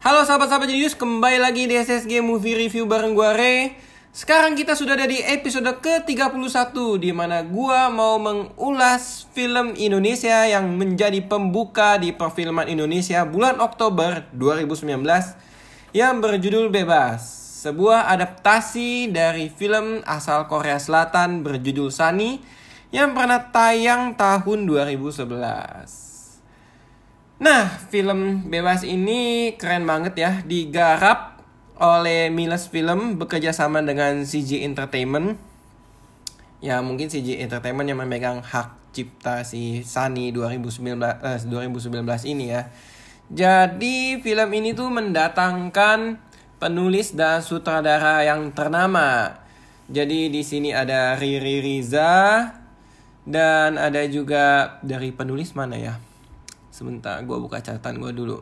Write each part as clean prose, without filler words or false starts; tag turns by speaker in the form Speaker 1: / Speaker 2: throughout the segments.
Speaker 1: Halo sahabat-sahabat Jenius, kembali lagi di SSG Movie Review bareng gue Ray. Sekarang kita sudah ada di episode ke-31, di mana gue mau mengulas film Indonesia yang menjadi pembuka di perfilman Indonesia bulan Oktober 2019 yang berjudul Bebas. Sebuah adaptasi dari film asal Korea Selatan berjudul Sunny yang pernah tayang tahun 2011. Nah, film Bebas ini keren banget ya. Digarap oleh Miles Film bekerja sama dengan CJ Entertainment. Ya, mungkin CJ Entertainment yang memegang hak cipta si Sunny 2019 ini ya. Jadi, film ini tuh mendatangkan penulis dan sutradara yang ternama. Jadi, di sini ada Riri Riza dan ada juga dari penulis mana ya? Sebentar, gue buka catatan gue dulu.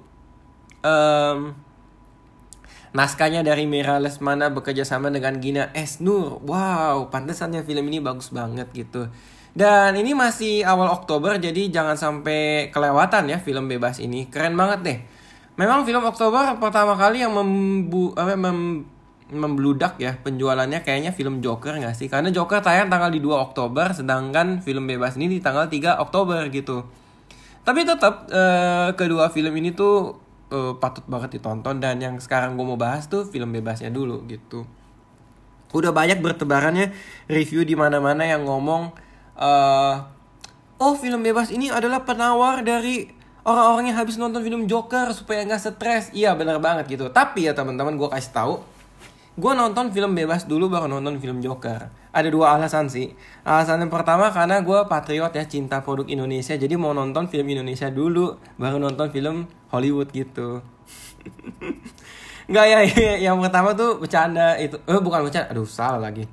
Speaker 1: Naskahnya dari Mira Lesmana bekerja sama dengan Gina S. Nur. Wow, pantesannya film ini bagus banget gitu. Dan ini masih awal Oktober, jadi jangan sampai kelewatan ya film Bebas ini. Keren banget deh. Memang film Oktober pertama kali yang membludak ya penjualannya kayaknya film Joker gak sih? Karena Joker tayang tanggal di 2 Oktober, sedangkan film Bebas ini di tanggal 3 Oktober gitu. Tapi tetap kedua film ini tuh patut banget ditonton. Dan yang sekarang gue mau bahas tuh film Bebasnya dulu gitu. Udah banyak bertebarannya review di mana-mana yang ngomong oh, film Bebas ini adalah penawar dari orang-orang yang habis nonton film Joker supaya gak stres. Iya benar banget gitu. Tapi ya teman-teman, gue kasih tahu, gue nonton film Bebas dulu baru nonton film Joker. Ada dua alasan sih. Alasan yang pertama karena gue patriot ya, cinta produk Indonesia. Jadi mau nonton film Indonesia dulu baru nonton film Hollywood gitu. Nggak ya, yang pertama tuh bercanda itu. Bukan bercanda, aduh salah lagi.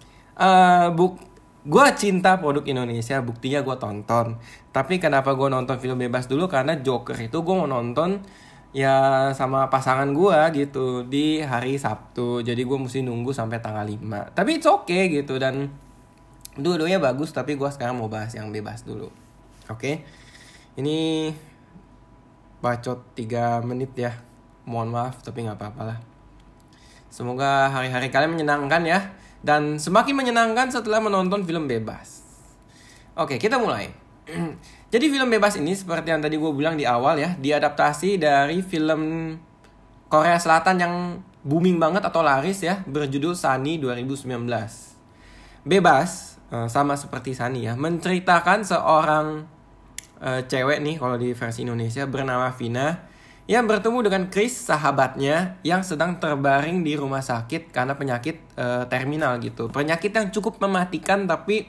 Speaker 1: Gue cinta produk Indonesia, buktinya gue tonton. Tapi kenapa gue nonton film Bebas dulu? Karena Joker itu gue mau nonton ya sama pasangan gue gitu di hari Sabtu. Jadi gue mesti nunggu sampai tanggal 5. Tapi it's okay gitu. Dan dua-duanya bagus. Tapi gue sekarang mau bahas yang Bebas dulu. Oke. Ini bacot 3 menit ya. Mohon maaf tapi gak apa-apa lah. Semoga hari-hari kalian menyenangkan ya. Dan semakin menyenangkan setelah menonton film Bebas. Oke, kita mulai. Jadi film Bebas ini seperti yang tadi gue bilang di awal ya, diadaptasi dari film Korea Selatan yang booming banget atau laris ya, berjudul Sunny 2019. Bebas, sama seperti Sunny ya, menceritakan seorang cewek nih kalau di versi Indonesia bernama Vina yang bertemu dengan Chris, sahabatnya yang sedang terbaring di rumah sakit karena penyakit terminal gitu. Penyakit yang cukup mematikan tapi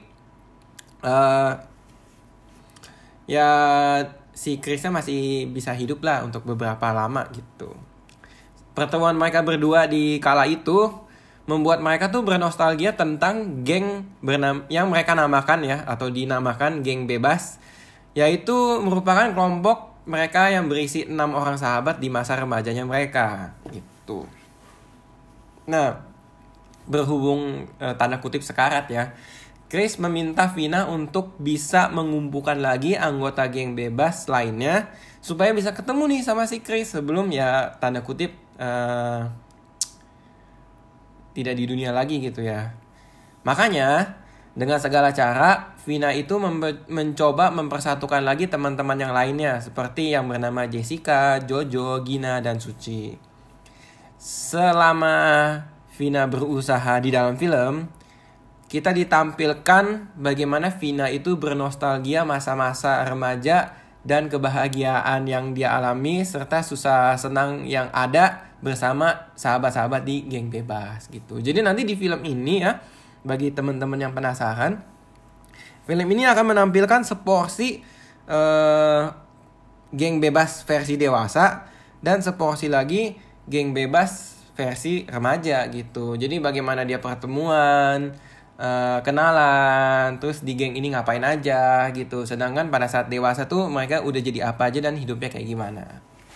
Speaker 1: ya si Chrisnya masih bisa hidup lah untuk beberapa lama gitu. Pertemuan mereka berdua di kala itu membuat mereka tuh bernostalgia tentang geng yang mereka namakan ya, atau dinamakan geng Bebas, yaitu merupakan kelompok mereka yang berisi 6 orang sahabat di masa remajanya mereka gitu. Nah, berhubung tanda kutip sekarat ya, Chris meminta Vina untuk bisa mengumpulkan lagi anggota geng Bebas lainnya supaya bisa ketemu nih sama si Chris sebelum ya tanda kutip tidak di dunia lagi gitu ya. Makanya dengan segala cara Vina itu mencoba mempersatukan lagi teman-teman yang lainnya seperti yang bernama Jessica, Jojo, Gina, dan Suci. Selama Vina berusaha di dalam film, kita ditampilkan bagaimana Vina itu bernostalgia masa-masa remaja dan kebahagiaan yang dia alami serta susah senang yang ada bersama sahabat-sahabat di geng Bebas gitu. Jadi nanti di film ini ya, bagi teman-teman yang penasaran, film ini akan menampilkan seporsi geng Bebas versi dewasa dan seporsi lagi geng Bebas versi remaja gitu. Jadi bagaimana dia pertemuan, kenalan, terus di geng ini ngapain aja gitu. Sedangkan pada saat dewasa tuh mereka udah jadi apa aja dan hidupnya kayak gimana.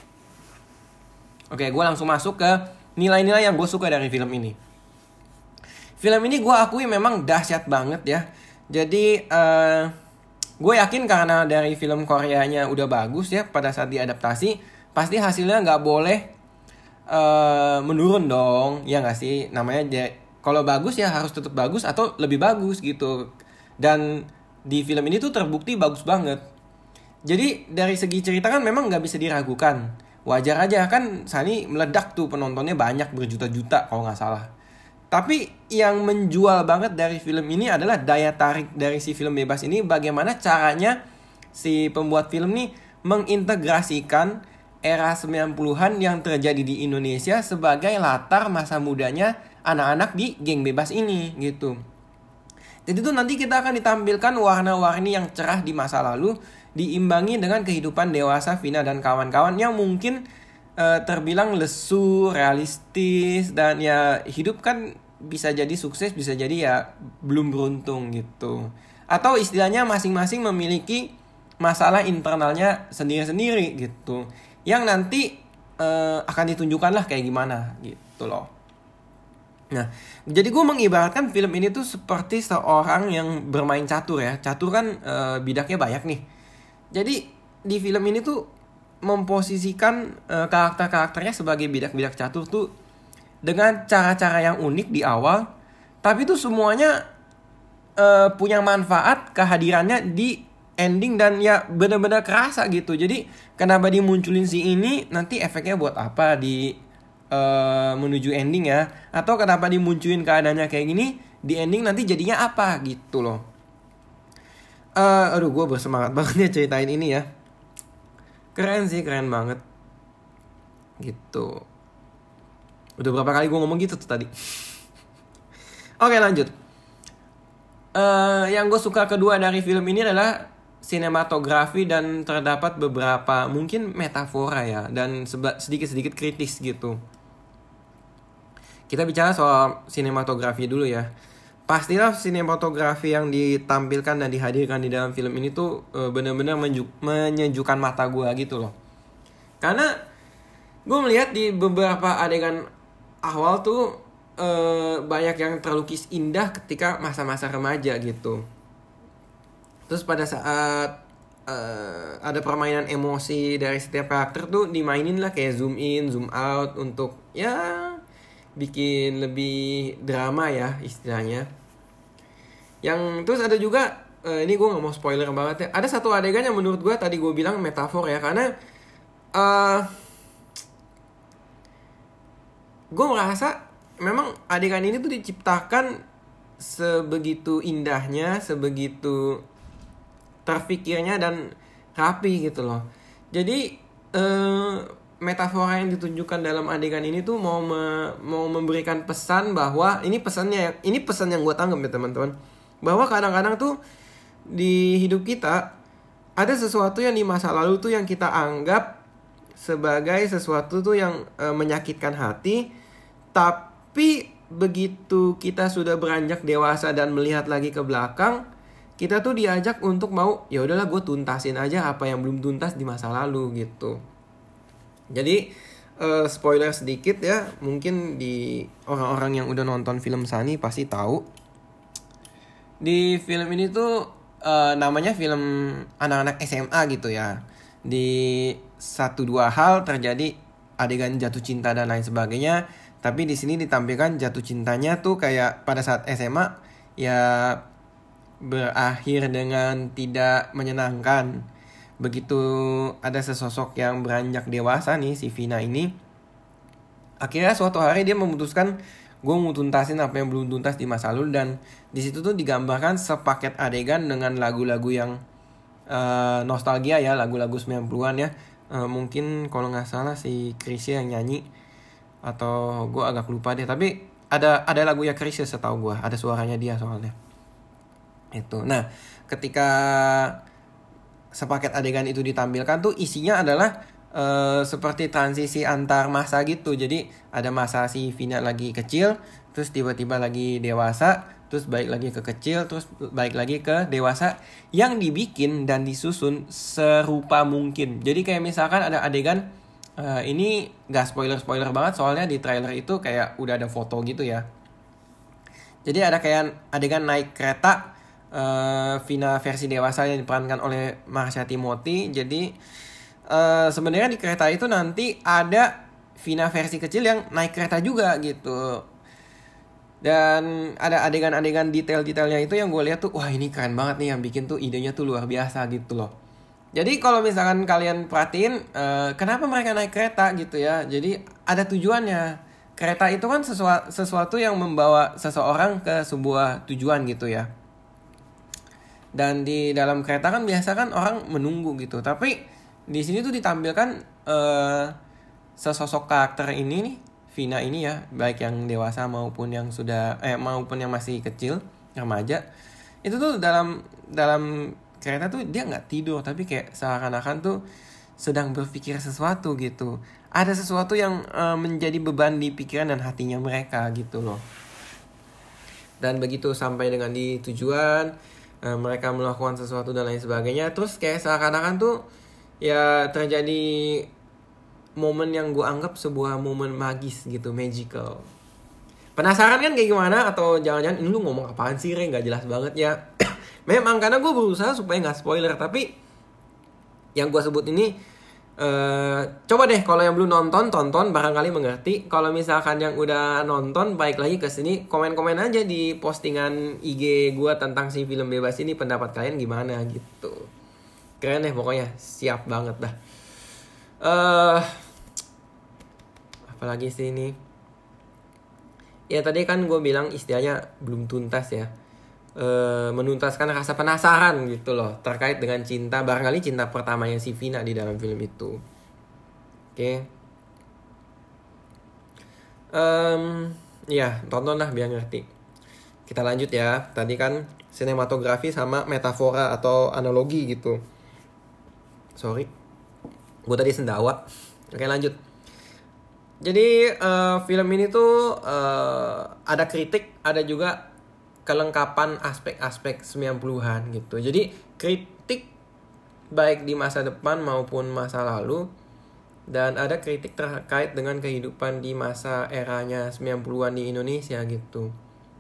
Speaker 1: Oke, gue langsung masuk ke nilai-nilai yang gue suka dari film ini. Film ini gue akui memang dahsyat banget ya. Jadi gue yakin karena dari film Koreanya udah bagus ya, pada saat diadaptasi pasti hasilnya gak boleh menurun dong, ya nggak sih? Namanya kalau bagus ya harus tetap bagus atau lebih bagus gitu. Dan di film ini tuh terbukti bagus banget. Jadi dari segi cerita kan memang nggak bisa diragukan. Wajar aja kan Sunny meledak tuh, penontonnya banyak berjuta-juta kalau nggak salah. Tapi yang menjual banget dari film ini adalah daya tarik dari si film bebas ini. Bagaimana caranya si pembuat film nih mengintegrasikan era 90-an yang terjadi di Indonesia sebagai latar masa mudanya anak-anak di geng bebas ini gitu. Jadi tuh nanti kita akan ditampilkan warna-warni yang cerah di masa lalu diimbangi dengan kehidupan dewasa Vina dan kawan-kawan yang mungkin terbilang lesu, realistis, dan ya hidup kan bisa jadi sukses, bisa jadi ya belum beruntung gitu. Atau istilahnya masing-masing memiliki masalah internalnya sendiri-sendiri gitu. Yang nanti akan ditunjukkan lah kayak gimana gitu loh. Nah, jadi gue mengibaratkan film ini tuh seperti seorang yang bermain catur ya. Catur kan bidaknya banyak nih. Jadi di film ini tuh memposisikan karakter-karakternya sebagai bidak-bidak catur tuh dengan cara-cara yang unik di awal, tapi tuh semuanya punya manfaat kehadirannya di ending dan ya benar-benar kerasa gitu. Jadi kenapa dimunculin si ini, nanti efeknya buat apa di menuju ending ya, atau kenapa dimunculin keadaannya kayak gini, di ending nanti jadinya apa gitu loh. Aduh, gue bersemangat banget ya ceritain ini ya. Keren sih, keren banget gitu. Udah berapa kali gue ngomong gitu tuh tadi. Oke, lanjut. Yang gue suka kedua dari film ini adalah sinematografi dan terdapat beberapa mungkin metafora ya, dan sedikit-sedikit kritis gitu. Kita bicara soal sinematografi dulu ya. Pastilah sinematografi yang ditampilkan dan dihadirkan di dalam film ini tuh benar-benar menyejukkan mata gue gitu loh. Karena gue melihat di beberapa adegan awal tuh banyak yang terlukis indah ketika masa-masa remaja gitu. Terus pada saat ada permainan emosi dari setiap karakter tuh dimainin lah, kayak zoom in, zoom out untuk ya bikin lebih drama ya istilahnya. Yang terus ada juga ini gue gak mau spoiler banget ya. Ada satu adegan yang menurut gue tadi gue bilang metafor ya, karena gue merasa memang adegan ini tuh diciptakan sebegitu indahnya, sebegitu terfikirnya dan rapi gitu loh. Jadi metafora yang ditunjukkan dalam adegan ini tuh mau memberikan pesan bahwa ini pesan yang gue tangkap ya teman-teman, bahwa kadang-kadang tuh di hidup kita ada sesuatu yang di masa lalu tuh yang kita anggap sebagai sesuatu tuh yang menyakitkan hati, tapi begitu kita sudah beranjak dewasa dan melihat lagi ke belakang, kita tuh diajak untuk mau ya udahlah gue tuntasin aja apa yang belum tuntas di masa lalu gitu. Jadi spoiler sedikit ya, mungkin di orang-orang yang udah nonton film Sunny pasti tahu. Di film ini tuh namanya film anak-anak SMA gitu ya. Di 1-2 hal terjadi adegan jatuh cinta dan lain sebagainya. Tapi di sini ditampilkan jatuh cintanya tuh kayak pada saat SMA ya berakhir dengan tidak menyenangkan. Begitu ada sesosok yang beranjak dewasa nih, si Vina ini, akhirnya suatu hari dia memutuskan, gue mau tuntasin apa yang belum tuntas di masa lalu. Dan di situ tuh digambarkan sepaket adegan dengan lagu-lagu yang nostalgia ya, lagu-lagu 90-an ya. Mungkin kalau nggak salah si Chrisye yang nyanyi, atau gue agak lupa deh, tapi ada lagu ya Chrisye setahu gue, ada suaranya dia soalnya itu. Nah, ketika sepaket adegan itu ditampilkan tuh isinya adalah seperti transisi antar masa gitu. Jadi ada masa si Vina lagi kecil, terus tiba-tiba lagi dewasa, terus balik lagi ke kecil, terus balik lagi ke dewasa, yang dibikin dan disusun serupa mungkin. Jadi kayak misalkan ada adegan ini gak spoiler banget soalnya di trailer itu kayak udah ada foto gitu ya. Jadi ada kayak adegan naik kereta Vina versi dewasa yang diperankan oleh Marsha Timothy. Jadi sebenarnya di kereta itu nanti ada Vina versi kecil yang naik kereta juga gitu. Dan ada adegan-adegan detail-detailnya itu yang gue lihat tuh, wah ini keren banget nih, yang bikin tuh idenya tuh luar biasa gitu loh. Jadi kalau misalkan kalian perhatiin, kenapa mereka naik kereta gitu ya? Jadi ada tujuannya. Kereta itu kan sesuatu yang membawa seseorang ke sebuah tujuan gitu ya. Dan di dalam kereta kan biasa kan orang menunggu gitu. Tapi di sini tuh ditampilkan sesosok karakter ini nih, Vina ini ya, baik yang dewasa maupun yang maupun yang masih kecil, remaja. Itu tuh dalam kereta tuh dia nggak tidur, tapi kayak seakan-akan tuh sedang berpikir sesuatu gitu. Ada sesuatu yang menjadi beban di pikiran dan hatinya mereka gitu loh. Dan begitu sampai dengan di tujuan, mereka melakukan sesuatu dan lain sebagainya. Terus kayak seakan-akan tuh ya terjadi momen yang gue anggap sebuah momen magis gitu, magical. Penasaran kan kayak gimana? Atau jangan-jangan ini lu ngomong apaan sih, Re? Gak jelas banget ya. Memang karena gue berusaha supaya gak spoiler. Tapi yang gue sebut ini, coba deh kalau yang belum tonton barangkali mengerti. Kalau misalkan yang udah nonton, balik lagi ke sini, komen-komen aja di postingan IG gue tentang si film bebas ini, pendapat kalian gimana gitu. Keren deh pokoknya, siap banget dah. Apalagi sih ini, ya tadi kan gue bilang istilahnya belum tuntas ya, menuntaskan rasa penasaran gitu loh terkait dengan cinta, barangkali cinta pertamanya si Vina di dalam film itu. Oke. Ya tonton lah biar ngerti. Kita lanjut ya. Tadi kan sinematografi sama metafora atau analogi gitu. Sorry, gue tadi sendawa. Oke lanjut. Jadi film ini tuh ada kritik, ada juga kelengkapan aspek-aspek 90-an gitu. Jadi kritik baik di masa depan maupun masa lalu. Dan ada kritik terkait dengan kehidupan di masa eranya 90-an di Indonesia gitu.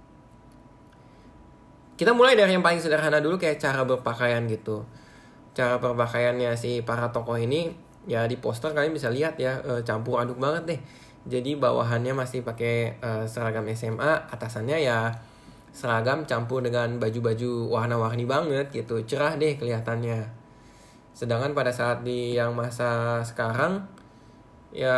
Speaker 1: Kita mulai dari yang paling sederhana dulu, kayak cara berpakaian gitu. Cara berpakaiannya si para tokoh ini, ya di poster kalian bisa lihat ya, campur aduk banget deh. Jadi bawahannya masih pakai seragam SMA, atasannya ya seragam campur dengan baju-baju warna-warni banget gitu. Cerah deh kelihatannya. Sedangkan pada saat di yang masa sekarang, ya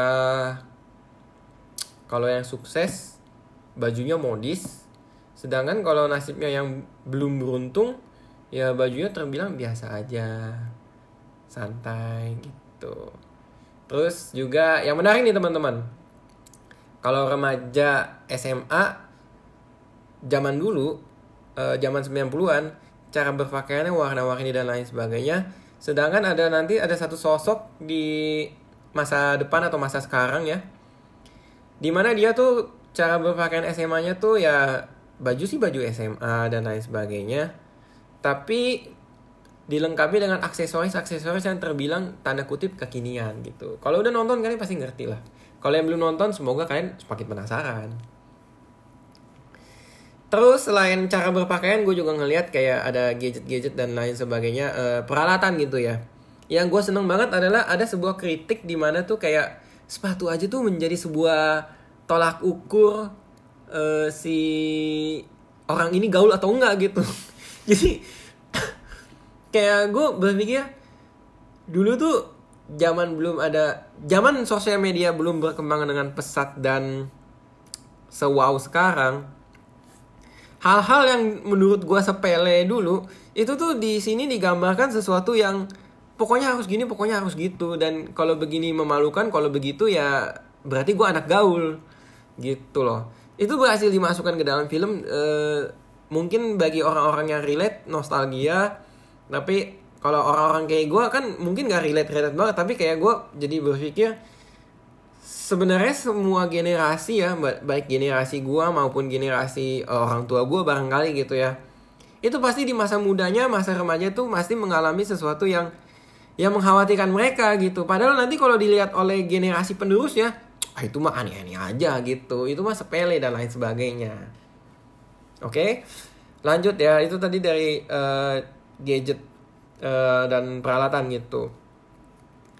Speaker 1: kalau yang sukses bajunya modis. Sedangkan kalau nasibnya yang belum beruntung, ya bajunya terbilang biasa aja, santai gitu. Terus juga yang menarik nih teman-teman, kalau remaja SMA zaman dulu, zaman 90-an, cara berpakaiannya warna-warni dan lain sebagainya. Sedangkan ada satu sosok di masa depan atau masa sekarang ya, dimana dia tuh cara berpakaian SMA-nya tuh ya baju SMA dan lain sebagainya, tapi dilengkapi dengan aksesoris yang terbilang tanda kutip kekinian gitu. Kalau udah nonton kalian pasti ngerti lah. Kalau yang belum nonton, semoga kalian semakin penasaran. Terus selain cara berpakaian, gue juga ngeliat kayak ada gadget-gadget dan lain sebagainya, peralatan gitu ya. Yang gue seneng banget adalah ada sebuah kritik di mana tuh kayak sepatu aja tuh menjadi sebuah tolak ukur si orang ini gaul atau enggak gitu. Jadi kayak gue berpikir dulu tuh zaman sosial media belum berkembang dengan pesat dan sewow sekarang. Hal-hal yang menurut gue sepele dulu itu tuh di sini digambarkan sesuatu yang pokoknya harus gini, pokoknya harus gitu. Dan kalau begini memalukan, kalau begitu ya berarti gue anak gaul gitu loh. Itu berhasil dimasukkan ke dalam film. Mungkin bagi orang-orang yang relate, nostalgia. Tapi kalau orang-orang kayak gue kan mungkin gak relate banget. Tapi kayak gue jadi berpikir, sebenarnya semua generasi ya, baik generasi gue maupun generasi orang tua gue barangkali gitu ya, itu pasti di masa mudanya, masa remaja tuh pasti mengalami sesuatu yang mengkhawatirkan mereka gitu. Padahal nanti kalau dilihat oleh generasi penerusnya, itu mah aneh-aneh aja gitu, itu mah sepele dan lain sebagainya. Oke, lanjut ya. Itu tadi dari gadget dan peralatan gitu.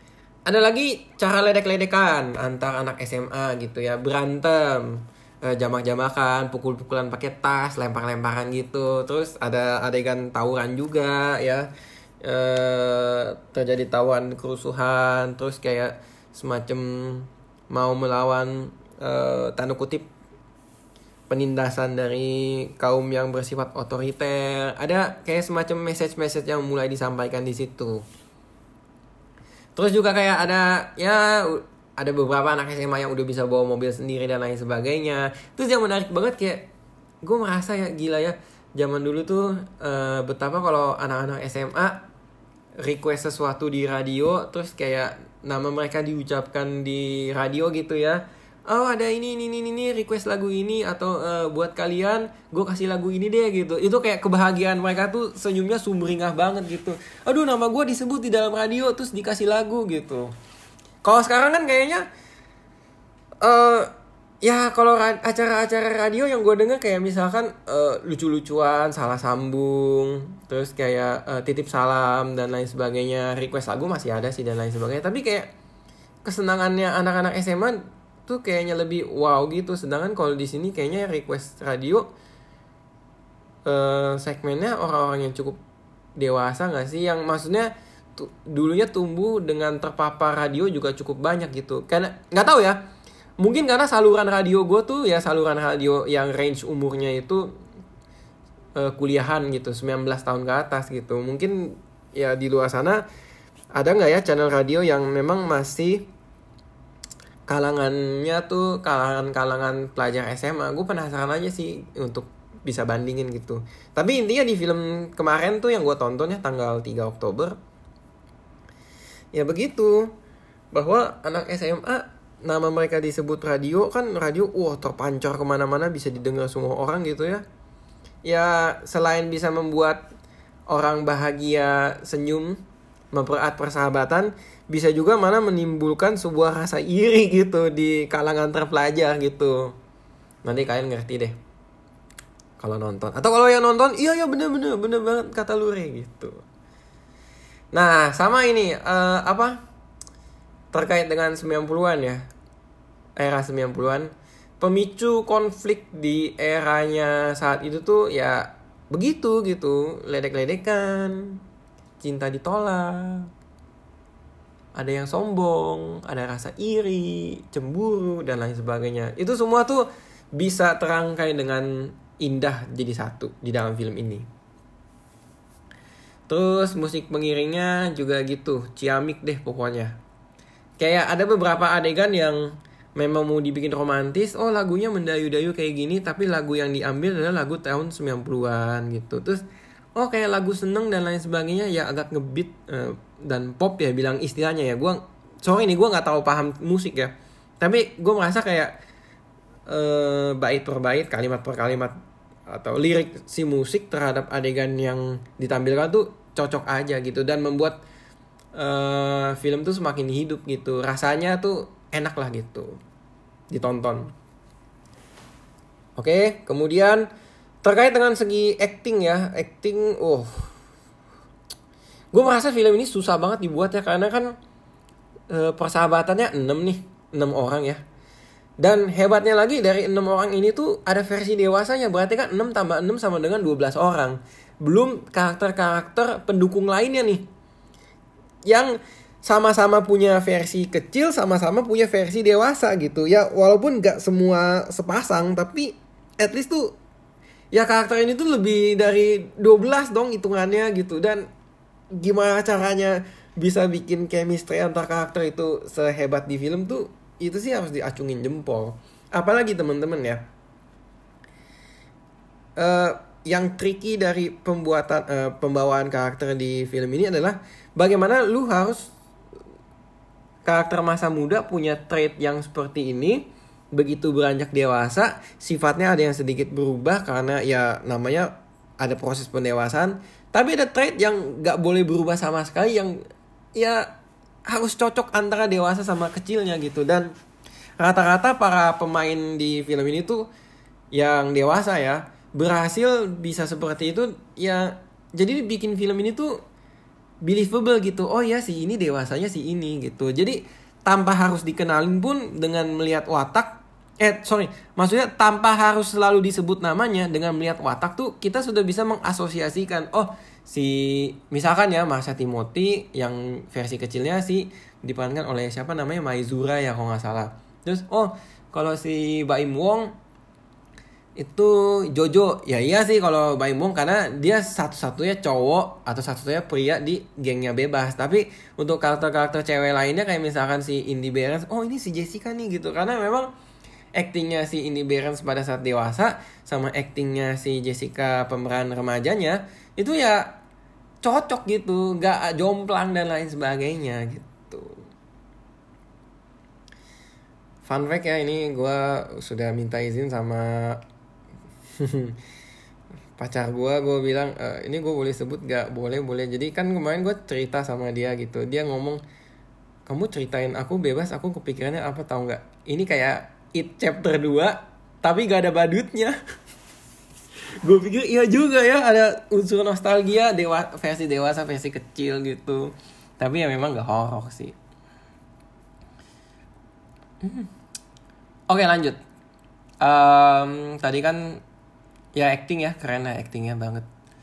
Speaker 1: Ada lagi cara ledek-ledekan antar anak SMA gitu ya, berantem, jamak-jamakan, pukul-pukulan pakai tas, lempar-lemparan gitu. Terus ada adegan tawuran juga ya, terjadi tawuran kerusuhan, terus kayak semacam mau melawan tanda kutip penindasan dari kaum yang bersifat otoriter. Ada kayak semacam message-message yang mulai disampaikan di situ. Terus juga kayak ada beberapa anak SMA yang udah bisa bawa mobil sendiri dan lain sebagainya. Terus yang menarik banget kayak gue merasa ya gila ya, zaman dulu tuh betapa kalau anak-anak SMA request sesuatu di radio, terus kayak nama mereka diucapkan di radio gitu ya. Oh ada ini request lagu ini, atau buat kalian gue kasih lagu ini deh gitu. Itu kayak kebahagiaan mereka tuh, senyumnya sumringah banget gitu. Aduh, nama gue disebut di dalam radio terus dikasih lagu gitu. Kalau sekarang kan kayaknya ya kalau acara-acara radio yang gue denger kayak misalkan lucu-lucuan, salah sambung, terus kayak titip salam dan lain sebagainya. Request lagu masih ada sih dan lain sebagainya, tapi kayak kesenangannya anak-anak SMA tuh kayaknya lebih wow gitu. Sedangkan kalau di sini kayaknya request radio segmennya orang-orang yang cukup dewasa nggak sih, yang maksudnya dulunya tumbuh dengan terpapar radio juga cukup banyak gitu. Karena nggak tahu ya, mungkin karena saluran radio gue tuh ya saluran radio yang range umurnya itu kuliahan gitu, 19 tahun ke atas gitu. Mungkin ya di luar sana ada nggak ya channel radio yang memang masih kalangannya tuh kalangan pelajar SMA. Gue penasaran aja sih untuk bisa bandingin gitu. Tapi intinya di film kemarin tuh yang gue tonton ya tanggal 3 Oktober, ya begitu, bahwa anak SMA nama mereka disebut radio, kan radio terpancar kemana-mana, bisa didengar semua orang gitu ya. Ya selain bisa membuat orang bahagia, senyum, mempererat persahabatan, bisa juga mana menimbulkan sebuah rasa iri gitu di kalangan terpelajar gitu. Nanti kalian ngerti deh kalau nonton. Atau kalau yang nonton, iya bener banget kata Lure gitu. Nah sama ini terkait dengan 90-an ya, era 90-an, pemicu konflik di eranya saat itu tuh ya begitu gitu, ledek-ledekan, cinta ditolak, ada yang sombong, ada rasa iri, cemburu, dan lain sebagainya. Itu semua tuh bisa terangkai dengan indah jadi satu di dalam film ini. Terus musik pengiringnya juga gitu, ciamik deh pokoknya. Kayak ada beberapa adegan yang memang mau dibikin romantis, lagunya mendayu-dayu kayak gini, tapi lagu yang diambil adalah lagu tahun 90-an gitu. Terus kayak lagu seneng dan lain sebagainya, ya agak ngebeat dan pop ya bilang istilahnya ya. Gue nggak tahu paham musik ya, tapi gue merasa kayak bait per bait, kalimat per kalimat, atau lirik si musik terhadap adegan yang ditampilkan tuh cocok aja gitu, dan membuat film tuh semakin hidup gitu, rasanya tuh enak lah gitu ditonton. Oke, kemudian terkait dengan segi acting ya, gue merasa film ini susah banget dibuat ya, karena kan persahabatannya 6 orang ya. Dan hebatnya lagi, dari 6 orang ini tuh ada versi dewasanya, berarti kan 6 tambah 6 sama dengan 12 orang. Belum karakter-karakter pendukung lainnya nih, yang sama-sama punya versi kecil, sama-sama punya versi dewasa gitu. Ya walaupun gak semua sepasang, tapi at least tuh ya karakter ini tuh lebih dari 12 dong hitungannya gitu. Dan gimana caranya bisa bikin chemistry antar karakter itu sehebat di film tuh, itu sih harus diacungin jempol. Apalagi teman-teman ya, yang tricky dari pembawaan karakter di film ini adalah bagaimana lu harus karakter masa muda punya trait yang seperti ini, begitu beranjak dewasa sifatnya ada yang sedikit berubah karena ya namanya ada proses pendewasaan, tapi ada trait yang gak boleh berubah sama sekali, yang ya harus cocok antara dewasa sama kecilnya gitu. Dan rata-rata para pemain di film ini tuh yang dewasa ya berhasil bisa seperti itu ya. Jadi bikin film ini tuh believable gitu. Oh ya, si ini dewasanya si ini gitu. Jadi tanpa harus dikenalin pun dengan melihat watak, maksudnya tanpa harus selalu disebut namanya, dengan melihat watak tuh kita sudah bisa mengasosiasikan, oh si misalkan ya Masha Timothy yang versi kecilnya sih diperankan oleh siapa namanya, Maizura ya kalau nggak salah. Terus oh kalau si Baim Wong itu Jojo, ya iya sih kalau Baim Wong karena dia satu-satunya cowok atau satu-satunya pria di gengnya Bebas. Tapi untuk karakter-karakter cewek lainnya kayak misalkan si Indy Barens, oh ini si Jessica nih gitu, karena memang aktingnya si Indy Barens pada saat dewasa sama aktingnya si Jessica pemeran remajanya itu ya cocok gitu, gak jomplang dan lain sebagainya gitu. Fun fact ya, ini gue sudah minta izin sama pacar gue bilang ini gue boleh sebut gak? Boleh. Jadi kan kemarin gue cerita sama dia gitu, dia ngomong, kamu ceritain aku bebas, aku kepikirannya apa tahu nggak? Ini kayak It chapter 2 tapi gak ada badutnya. Gue pikir iya juga ya, ada unsur nostalgia versi dewasa versi kecil gitu. Tapi ya memang gak horor sih. Oke, lanjut. Tadi kan ya acting ya, keren lah actingnya banget.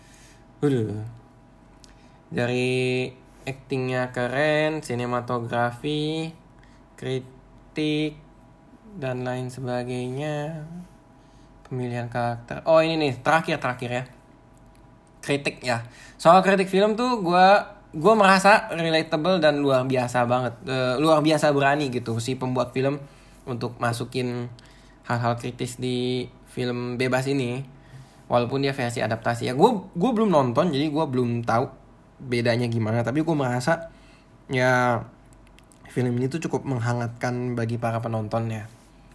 Speaker 1: Dari actingnya keren, sinematografi, kritik dan lain sebagainya, pemilihan karakter. Oh ini nih terakhir ya, kritik ya. Soal kritik film tuh gue merasa relatable dan luar biasa banget, luar biasa berani gitu si pembuat film untuk masukin hal-hal kritis di film Bebas ini, walaupun dia versi adaptasi ya. Gue belum nonton jadi gue belum tahu bedanya gimana, tapi gue merasa ya film ini tuh cukup menghangatkan bagi para penontonnya.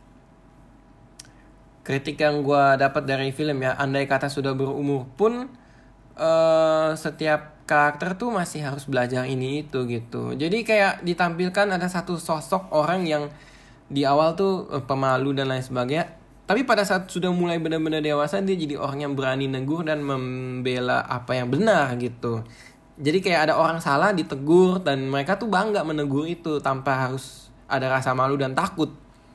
Speaker 1: Kritik yang gue dapat dari film ya, andai kata sudah berumur pun setiap karakter tuh masih harus belajar ini itu gitu. Jadi kayak ditampilkan ada satu sosok orang yang di awal tuh pemalu dan lain sebagainya, tapi pada saat sudah mulai benar-benar dewasa dia jadi orang yang berani negur dan membela apa yang benar gitu. Jadi kayak ada orang salah ditegur dan mereka tuh bangga menegur itu tanpa harus ada rasa malu dan takut.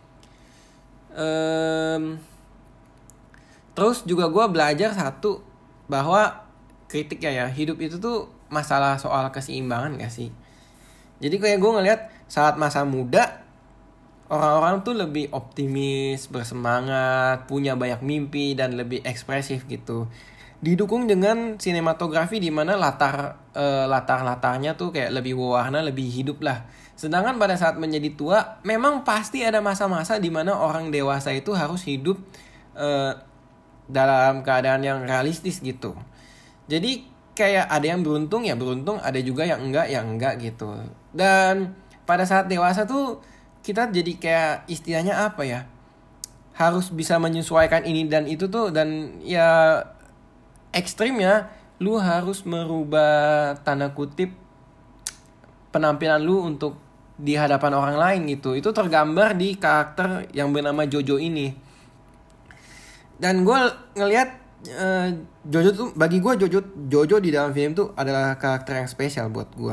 Speaker 1: Terus juga gue belajar satu, bahwa kritik ya hidup itu tuh masalah soal keseimbangan gak sih? Jadi kayak gue ngeliat saat masa muda orang-orang tuh lebih optimis, bersemangat, punya banyak mimpi dan lebih ekspresif gitu. Didukung dengan sinematografi di mana latar-latarnya tuh kayak lebih berwarna, lebih hidup lah. Sedangkan pada saat menjadi tua, memang pasti ada masa-masa di mana orang dewasa itu harus hidup dalam keadaan yang realistis gitu. Jadi kayak ada yang beruntung, ada juga yang enggak gitu. Dan pada saat dewasa tuh kita jadi kayak istilahnya apa ya, harus bisa menyesuaikan ini dan itu tuh, dan ya ekstrimnya lu harus merubah tanda kutip penampilan lu untuk di hadapan orang lain gitu. Itu tergambar di karakter yang bernama Jojo ini. Dan gue ngelihat Jojo tuh, bagi gue Jojo di dalam film tuh adalah karakter yang spesial buat gue.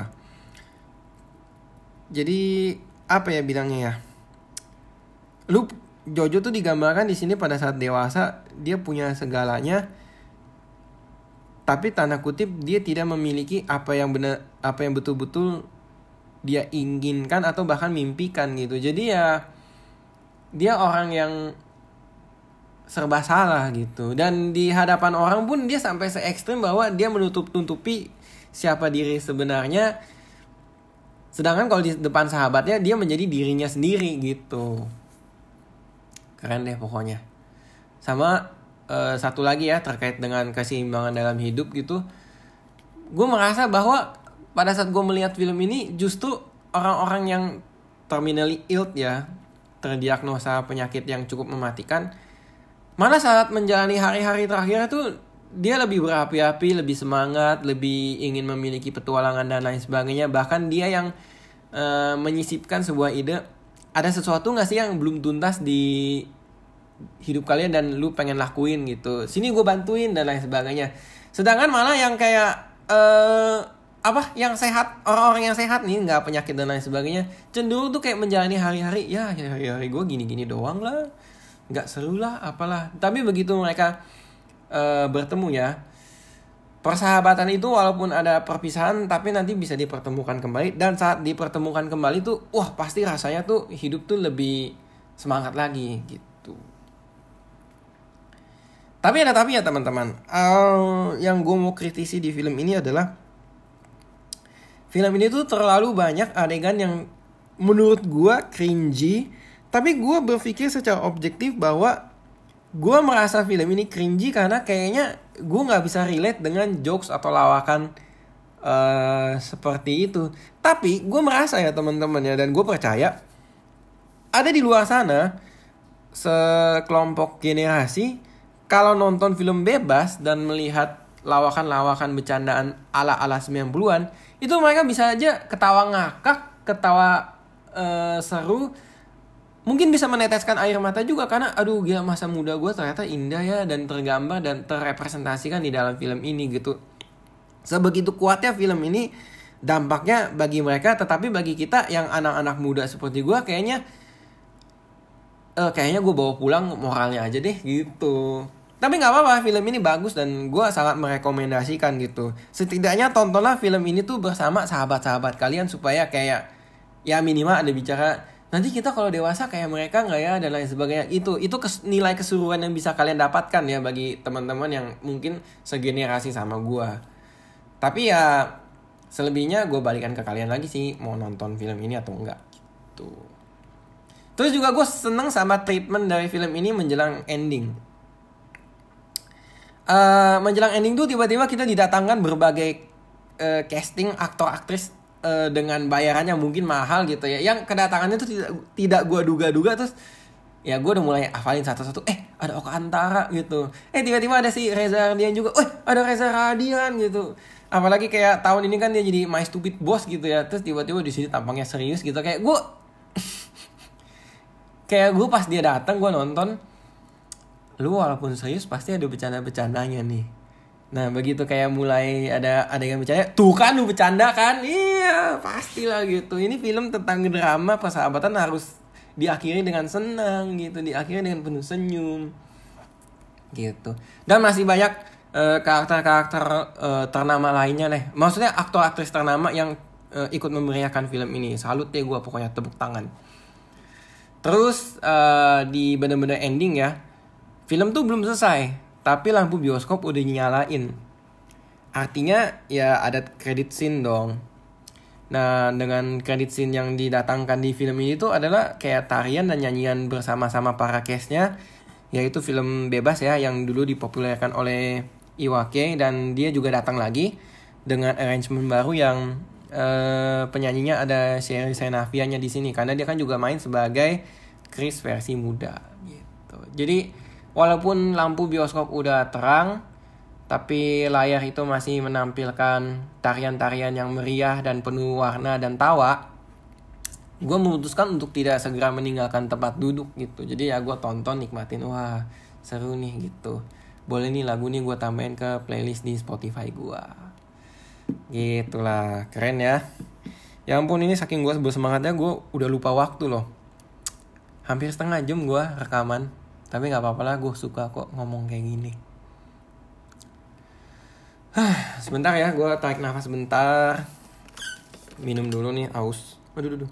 Speaker 1: Jadi apa ya bilangnya ya, Jojo tuh digambarkan di sini pada saat dewasa dia punya segalanya, tapi tanda kutip dia tidak memiliki apa yang betul-betul dia inginkan atau bahkan mimpikan gitu. Jadi ya dia orang yang serba salah gitu, dan di hadapan orang pun dia sampai se ekstrim bahwa dia menutup-tutupi siapa diri sebenarnya. Sedangkan kalau di depan sahabatnya dia menjadi dirinya sendiri gitu. Keren deh pokoknya. Sama satu lagi ya terkait dengan keseimbangan dalam hidup gitu. Gue merasa bahwa pada saat gue melihat film ini justru orang-orang yang terminally ill ya, terdiagnosa penyakit yang cukup mematikan, malah saat menjalani hari-hari terakhirnya tuh dia lebih berapi-api, lebih semangat, lebih ingin memiliki petualangan dan lain sebagainya. Bahkan dia yang menyisipkan sebuah ide, ada sesuatu gak sih yang belum tuntas di hidup kalian dan lu pengen lakuin gitu, sini gue bantuin dan lain sebagainya. Sedangkan malah yang kayak yang sehat, orang-orang yang sehat nih, nggak penyakit dan lain sebagainya, cenderung tuh kayak menjalani hari-hari, ya hari-hari gue gini-gini doang lah, nggak seru lah, apalah. Tapi begitu mereka bertemu ya, persahabatan itu walaupun ada perpisahan, tapi nanti bisa dipertemukan kembali. Dan saat dipertemukan kembali tuh, wah pasti rasanya tuh hidup tuh lebih semangat lagi gitu. Tapi ada tapi ya teman-teman. Yang gue mau kritisi di film ini adalah film ini tuh terlalu banyak adegan yang menurut gue cringy. Tapi gue berpikir secara objektif bahwa gue merasa film ini cringy karena kayaknya gue gak bisa relate dengan jokes atau lawakan seperti itu. Tapi gue merasa ya teman-teman ya, dan gue percaya ada di luar sana sekelompok generasi kalau nonton film bebas dan melihat lawakan-lawakan bercandaan ala-ala 90-an, itu mereka bisa aja ketawa ngakak, ketawa seru, mungkin bisa meneteskan air mata juga karena aduh gila, masa muda gue ternyata indah ya, dan tergambar dan terrepresentasikan di dalam film ini gitu. Sebegitu kuatnya film ini dampaknya bagi mereka, tetapi bagi kita yang anak-anak muda seperti gue kayaknya gue bawa pulang moralnya aja deh gitu. Tapi gak apa-apa, film ini bagus dan gue sangat merekomendasikan gitu. Setidaknya tontonlah film ini tuh bersama sahabat-sahabat kalian supaya kayak ya minimal ada bicara nanti kita kalau dewasa kayak mereka gak ya, dan lain sebagainya. Itu nilai keseruan yang bisa kalian dapatkan ya bagi teman-teman yang mungkin segenerasi sama gue. Tapi ya selebihnya gue balikan ke kalian lagi sih, mau nonton film ini atau enggak gitu. Terus juga gue seneng sama treatment dari film ini menjelang ending. Menjelang ending tuh tiba-tiba kita didatangkan berbagai casting aktor-aktris dengan bayarannya mungkin mahal gitu ya. Yang kedatangannya tuh tidak gue duga-duga, terus ya gue udah mulai hafalin satu-satu. Ada Oka Antara gitu. Tiba-tiba ada si Reza Radian juga. Ada Reza Radian gitu. Apalagi kayak tahun ini kan dia jadi My Stupid Boss gitu ya. Terus tiba-tiba di sini tampangnya serius gitu. Kayak gue pas dia datang gue nonton, lu walaupun serius pasti ada bercanda-bercandanya nih. Nah begitu kayak mulai ada yang bercanda, tuh kan lu bercanda kan, iya pastilah gitu. Ini film tentang drama persahabatan harus diakhiri dengan senang gitu, diakhiri dengan penuh senyum gitu. Dan masih banyak karakter-karakter ternama lainnya nih. Maksudnya aktor-aktris ternama yang ikut memeriahkan film ini. Salut deh gue, pokoknya tepuk tangan. Terus di bener-bener ending ya, film tuh belum selesai, tapi lampu bioskop udah nyalain. Artinya ya ada credit scene dong. Nah dengan credit scene yang didatangkan di film ini tuh adalah kayak tarian dan nyanyian bersama-sama para cast-nya. Yaitu film bebas ya, yang dulu dipopulerkan oleh Iwake. Dan dia juga datang lagi dengan arrangement baru yang penyanyinya ada Sherry Senavianya di sini, karena dia kan juga main sebagai Chris versi muda gitu. Jadi walaupun lampu bioskop udah terang, tapi layar itu masih menampilkan tarian-tarian yang meriah dan penuh warna dan tawa. Gue memutuskan untuk tidak segera meninggalkan tempat duduk gitu. Jadi ya gue tonton, nikmatin, wah seru nih gitu. Boleh nih lagu nih gue tambahin ke playlist di Spotify gue. Gitulah, keren ya. Ya ampun, ini saking gue bersemangatnya gue udah lupa waktu loh. Hampir setengah jam gue rekaman. Tapi gak apa-apa lah, gue suka kok ngomong kayak gini. Sebentar ya, gue tarik nafas sebentar. Minum dulu nih, aus. Aduh.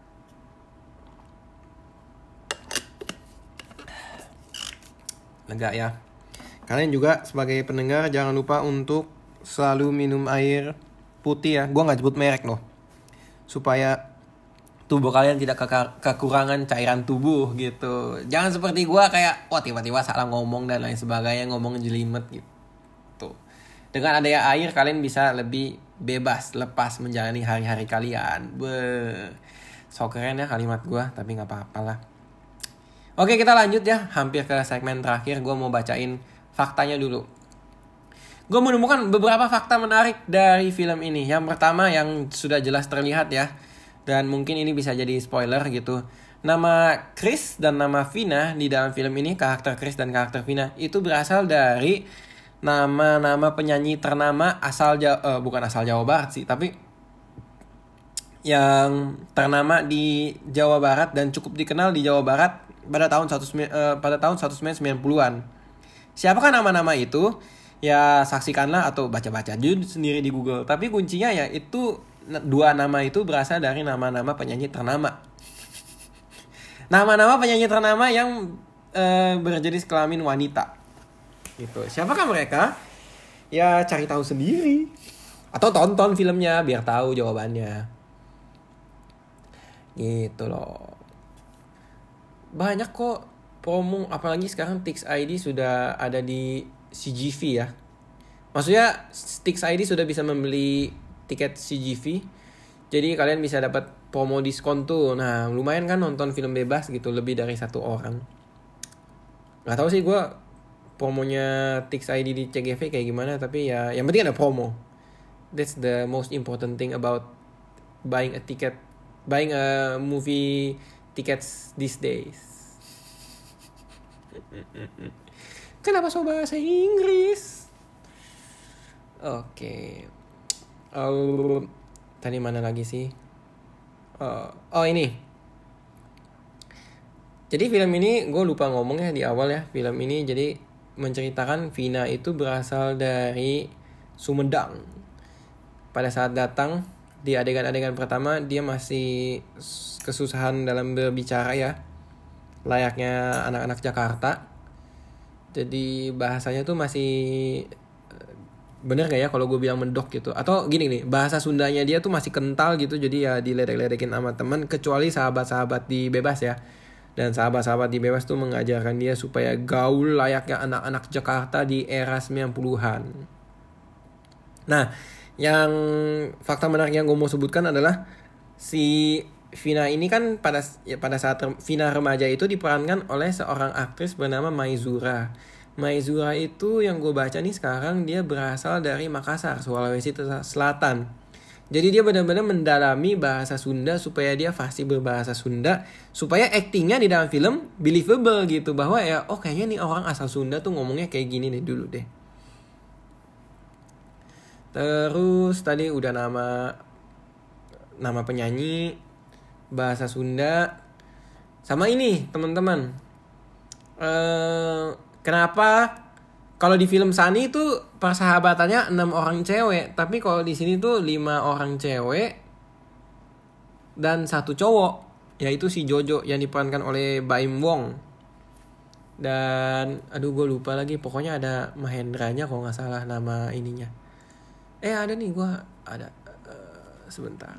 Speaker 1: Lega ya. Kalian juga sebagai pendengar jangan lupa untuk selalu minum air putih ya. Gue gak sebut merek loh, supaya tubuh kalian tidak kekurangan cairan tubuh gitu. Jangan seperti gue kayak wah tiba-tiba salah ngomong dan lain sebagainya, ngomong jelimet gitu. Dengan adanya air kalian bisa lebih bebas, lepas menjalani hari-hari kalian. So keren ya kalimat gue, tapi gak apa-apa lah. Oke, kita lanjut ya, hampir ke segmen terakhir. Gue mau bacain faktanya dulu. Gue menemukan beberapa fakta menarik dari film ini. Yang pertama yang sudah jelas terlihat ya, dan mungkin ini bisa jadi spoiler gitu. Nama Chris dan nama Vina di dalam film ini, karakter Chris dan karakter Vina, itu berasal dari nama-nama penyanyi ternama bukan asal Jawa Barat sih, tapi yang ternama di Jawa Barat dan cukup dikenal di Jawa Barat pada tahun 1990-an. Siapakah nama-nama itu? Ya saksikanlah atau baca-baca sendiri di Google. Tapi kuncinya ya itu dua nama itu berasal dari nama-nama penyanyi ternama. Nama-nama penyanyi ternama yang berjenis kelamin wanita. Gitu. Siapakah mereka? Ya cari tahu sendiri. Atau tonton filmnya biar tahu jawabannya. Gitu loh. Banyak kok promo, apalagi sekarang Tix ID sudah ada di CGV ya. Maksudnya Tix ID sudah bisa membeli tiket CGV. Jadi kalian bisa dapat promo diskon tuh. Nah, lumayan kan nonton film bebas gitu lebih dari satu orang. Gak tahu sih gue promonya Tix ID di CGV kayak gimana, tapi ya yang penting ada promo. That's the most important thing about buying a movie tickets these days. Kenapa so bahasa Inggris? Oke. Tadi mana lagi sih? Ini. Jadi film ini gue lupa ngomongnya di awal ya. Film ini jadi menceritakan Vina itu berasal dari Sumedang. Pada saat datang di adegan-adegan pertama dia masih kesusahan dalam berbicara ya. Layaknya anak-anak Jakarta. Jadi bahasanya tuh masih bener gak ya kalau gue bilang mendok gitu. Atau gini nih, bahasa Sundanya dia tuh masih kental gitu. Jadi ya diledek-ledekin sama teman. Kecuali sahabat-sahabat di Bebas ya. Dan sahabat-sahabat di Bebas tuh mengajarkan dia supaya gaul layaknya anak-anak Jakarta di era 90-an. Nah, yang fakta menarik yang gue mau sebutkan adalah si Vina ini kan pada saat Vina remaja itu diperankan oleh seorang aktris bernama Maizura. Maizura itu yang gue baca nih sekarang dia berasal dari Makassar, Sulawesi Selatan. Jadi dia benar-benar mendalami bahasa Sunda supaya dia fasih berbahasa Sunda, supaya actingnya di dalam film believable gitu, bahwa ya kayaknya nih orang asal Sunda tuh ngomongnya kayak gini nih dulu deh. Terus tadi udah nama penyanyi, bahasa Sunda, sama ini teman-teman. Kenapa kalau di film Sunny itu persahabatannya 6 orang cewek, tapi kalau di sini tuh 5 orang cewek dan 1 cowok, yaitu si Jojo yang diperankan oleh Baim Wong. Dan gue lupa lagi, pokoknya ada Mahendranya kalau nggak salah nama ininya. Ada nih ada sebentar.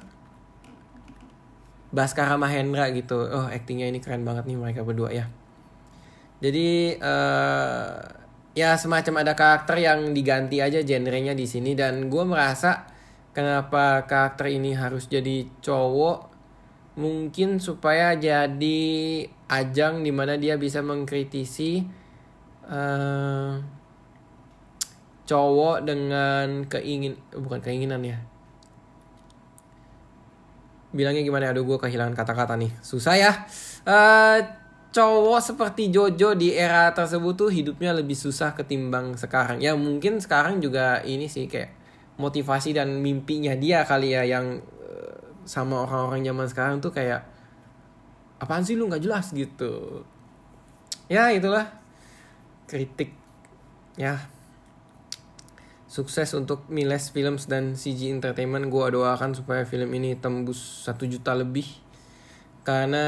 Speaker 1: Baskara Mahendra gitu. Aktingnya ini keren banget nih mereka berdua ya. Jadi ya semacam ada karakter yang diganti aja genrenya di sini, dan gue merasa kenapa karakter ini harus jadi cowok, mungkin supaya jadi ajang dimana dia bisa mengkritisi cowok dengan bukan keinginan ya. Bilangnya gimana? Gue kehilangan kata-kata nih. Susah ya. Cowok seperti Jojo di era tersebut tuh hidupnya lebih susah ketimbang sekarang. Ya mungkin sekarang juga ini sih kayak motivasi dan mimpinya dia kali ya, yang sama orang-orang zaman sekarang tuh kayak apaan sih lu, nggak jelas gitu. Ya itulah kritik ya. Sukses untuk Miles Films dan CG Entertainment. Gue doakan supaya film ini tembus 1 juta lebih. Karena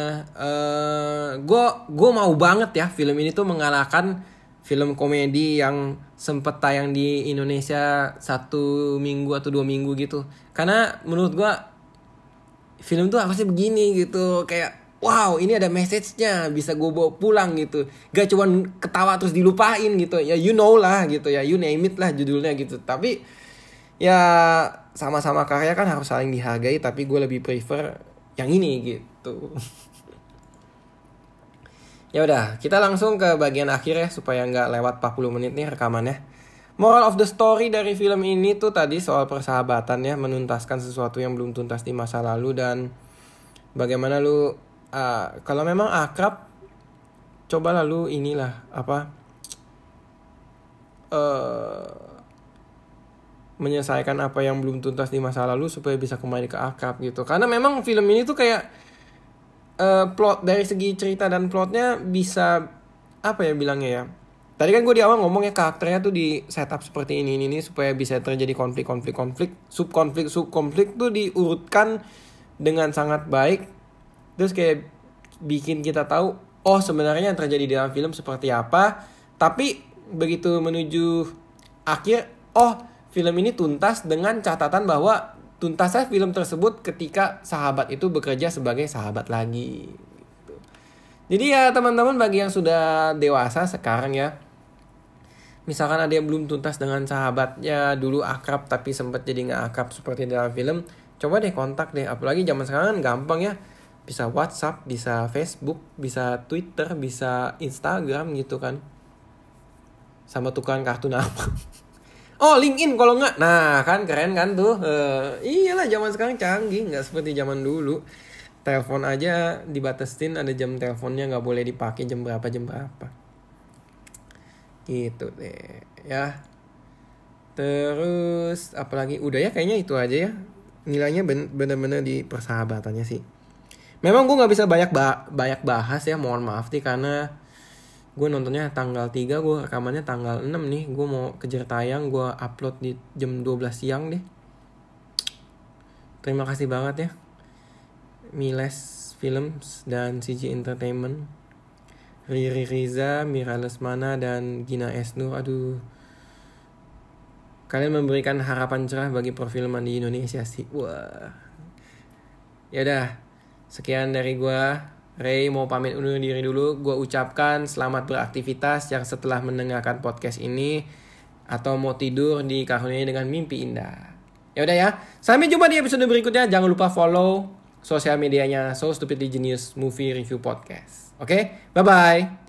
Speaker 1: gue mau banget ya film ini tuh mengalahkan film komedi yang sempet tayang di Indonesia 1 minggu atau 2 minggu gitu. Karena menurut gue film tuh harusnya begini gitu. Kayak wow, ini ada message-nya, bisa gue bawa pulang gitu. Gak cuma ketawa terus dilupain gitu. Ya you know lah gitu ya, you name it lah judulnya gitu. Tapi ya sama-sama karya kan harus saling dihargai. Tapi gue lebih prefer yang ini gitu. Ya udah, kita langsung ke bagian akhir ya, supaya nggak lewat 40 menit nih rekamannya. Moral of the story dari film ini tuh tadi soal persahabatan ya, menuntaskan sesuatu yang belum tuntas di masa lalu, dan bagaimana lu kalau memang akrab, coba lalu inilah menyelesaikan apa yang belum tuntas di masa lalu supaya bisa kembali ke akrab gitu. Karena memang film ini tuh kayak plot dari segi cerita dan plotnya bisa apa ya bilangnya ya. Tadi kan gue di awal ngomong ya karakternya tuh di setup seperti ini supaya bisa terjadi konflik, subkonflik tuh diurutkan dengan sangat baik. Terus kayak bikin kita tahu oh sebenarnya yang terjadi di dalam film seperti apa. Tapi begitu menuju akhir, oh film ini tuntas dengan catatan bahwa tuntasnya film tersebut ketika sahabat itu bekerja sebagai sahabat lagi. Gitu. Jadi ya teman-teman bagi yang sudah dewasa sekarang ya, misalkan ada yang belum tuntas dengan sahabatnya, dulu akrab tapi sempat jadi nggak akrab seperti dalam film, coba deh kontak deh. Apalagi zaman sekarang kan gampang ya, bisa WhatsApp, bisa Facebook, bisa Twitter, bisa Instagram gitu kan, sama tukang kartu nama. Oh LinkedIn kalau nggak, nah kan keren kan tuh. Iyalah zaman sekarang canggih, nggak seperti zaman dulu. Telepon aja dibatasin, ada jam teleponnya, nggak boleh dipakai jam berapa. Gitu deh ya. Terus apalagi udah ya kayaknya itu aja ya. Nilainya bener-bener di persahabatannya sih. Memang gue nggak bisa banyak bahas ya, mohon maaf nih karena gue nontonnya tanggal 3, gue rekamannya tanggal 6 nih. Gue mau kejar tayang, gue upload di jam 12 siang deh. Terima kasih banget ya Miles Films dan CG Entertainment, Riri Riza, Mira Lesmana, dan Gina Esnur. Aduh, kalian memberikan harapan cerah bagi perfilman di Indonesia sih. Wah. Yaudah, sekian dari gue. Ray mau pamit undur diri dulu. Gue ucapkan selamat beraktivitas yang setelah mendengarkan podcast ini, atau mau tidur dikaruniai dengan mimpi indah. Ya udah ya. Sampai jumpa di episode berikutnya. Jangan lupa follow sosial medianya So Stupidly Genius Movie Review Podcast. Oke? Bye bye.